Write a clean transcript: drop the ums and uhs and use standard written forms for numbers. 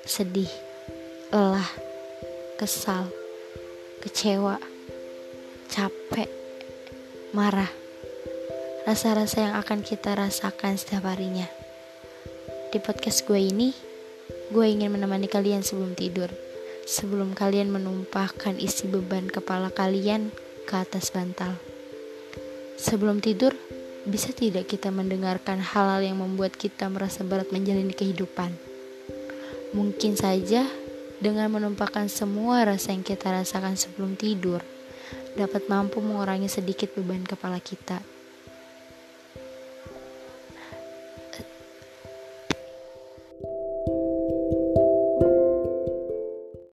sedih, lelah, kesal, kecewa, capek, marah. Rasa-rasa yang akan kita rasakan setiap harinya. Di podcast gue ini, gue ingin menemani kalian sebelum tidur. Sebelum kalian menumpahkan isi beban kepala kalian ke atas bantal. Sebelum tidur, bisa tidak kita mendengarkan hal-hal yang membuat kita merasa berat menjalani kehidupan? Mungkin saja dengan menumpahkan semua rasa yang kita rasakan sebelum tidur dapat mampu mengurangi sedikit beban kepala kita.